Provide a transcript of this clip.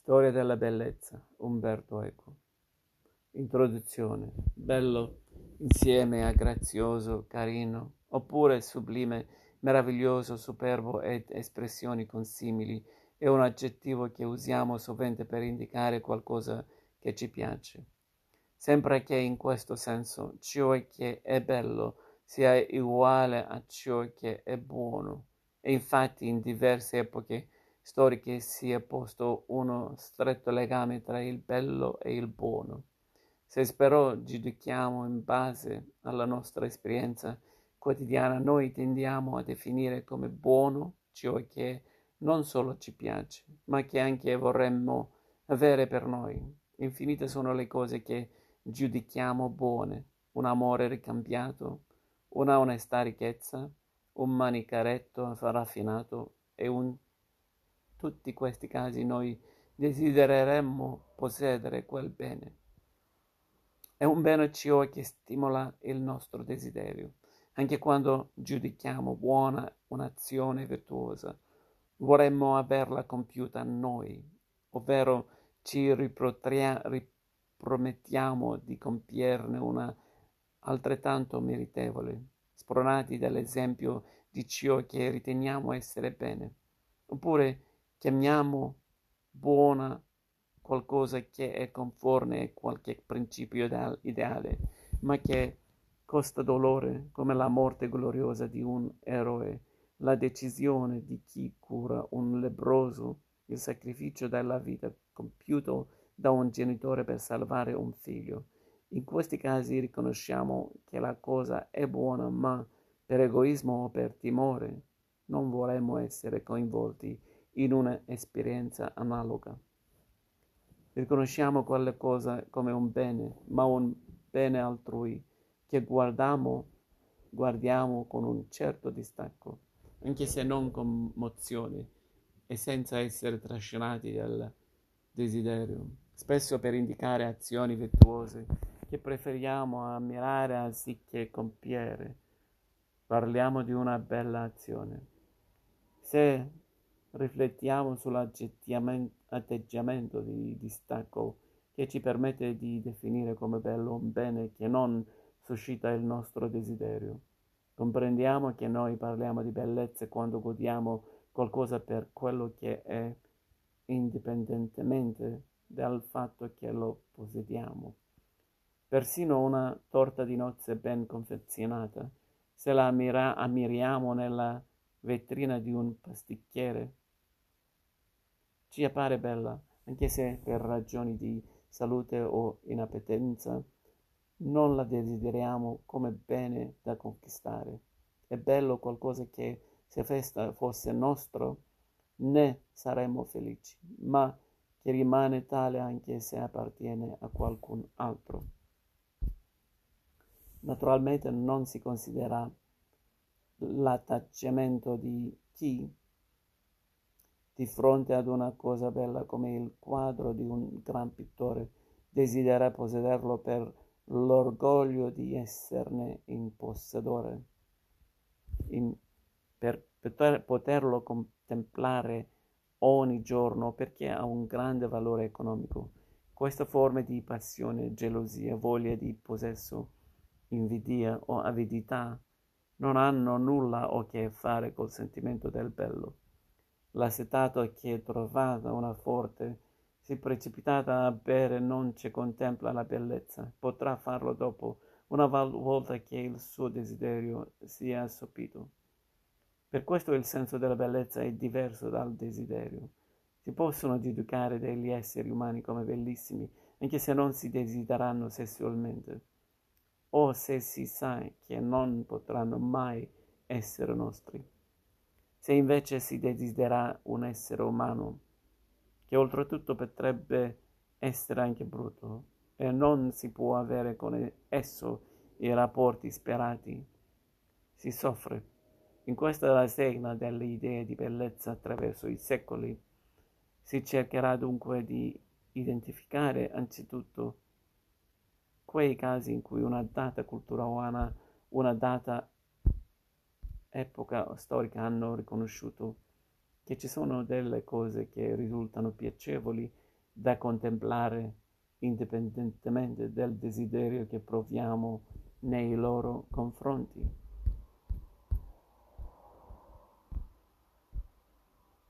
Storia della bellezza, Umberto Eco. Introduzione. Bello insieme a grazioso, carino, oppure sublime, meraviglioso, superbo ed espressioni consimili è un aggettivo che usiamo sovente per indicare qualcosa che ci piace. Sempre che in questo senso ciò che è bello sia uguale a ciò che è buono. E infatti in diverse epoche storiche si è posto uno stretto legame tra il bello e il buono. Se però giudichiamo in base alla nostra esperienza quotidiana, noi tendiamo a definire come buono ciò che non solo ci piace, ma che anche vorremmo avere per noi. Infinite sono le cose che giudichiamo buone: un amore ricambiato, una onesta ricchezza, un manicaretto raffinato e un tutti questi casi noi desidereremmo possedere quel bene. È un bene ciò che stimola il nostro desiderio. Anche quando giudichiamo buona un'azione virtuosa, vorremmo averla compiuta noi, ovvero ci ripromettiamo di compierne una altrettanto meritevole, spronati dall'esempio di ciò che riteniamo essere bene. Oppure chiamiamo buona qualcosa che è conforme a qualche principio ideale, ma che costa dolore, come la morte gloriosa di un eroe, la decisione di chi cura un lebbroso, il sacrificio della vita compiuto da un genitore per salvare un figlio. In questi casi riconosciamo che la cosa è buona, ma per egoismo o per timore non vorremmo essere coinvolti in un'esperienza analoga. Riconosciamo quella cosa come un bene, ma un bene altrui, che guardiamo con un certo distacco, anche se non con emozione e senza essere trascinati dal desiderio, spesso per indicare azioni virtuose che preferiamo ammirare anziché compiere. Parliamo di una bella azione. Se riflettiamo sull'atteggiamento di distacco che ci permette di definire come bello un bene che non suscita il nostro desiderio, comprendiamo che noi parliamo di bellezza quando godiamo qualcosa per quello che è, indipendentemente dal fatto che lo possediamo. Persino una torta di nozze ben confezionata, se la ammiriamo nella vetrina di un pasticchiere, ci appare bella, anche se per ragioni di salute o inappetenza non la desideriamo come bene da conquistare. È bello qualcosa che, se festa fosse nostro, ne saremmo felici, ma che rimane tale anche se appartiene a qualcun altro. Naturalmente non si considera l'attaccamento di chi, di fronte ad una cosa bella come il quadro di un gran pittore, desidera possederlo per l'orgoglio di esserne in possedore, per poterlo contemplare ogni giorno perché ha un grande valore economico. Questa forma di passione, gelosia, voglia di possesso, invidia o avidità non hanno nulla a che fare col sentimento del bello. L'assetato che trovata una forte, si precipitata a bere non ci contempla la bellezza, potrà farlo dopo, una volta che il suo desiderio sia assopito. Per questo il senso della bellezza è diverso dal desiderio. Si possono giudicare degli esseri umani come bellissimi, anche se non si desiderano sessualmente, o se si sa che non potranno mai essere nostri. Se invece si desidera un essere umano, che oltretutto potrebbe essere anche brutto, e non si può avere con esso i rapporti sperati, si soffre. In questa rassegna delle idee di bellezza attraverso i secoli si cercherà dunque di identificare anzitutto quei casi in cui una data cultura umana, una data epoca storica hanno riconosciuto che ci sono delle cose che risultano piacevoli da contemplare indipendentemente dal desiderio che proviamo nei loro confronti.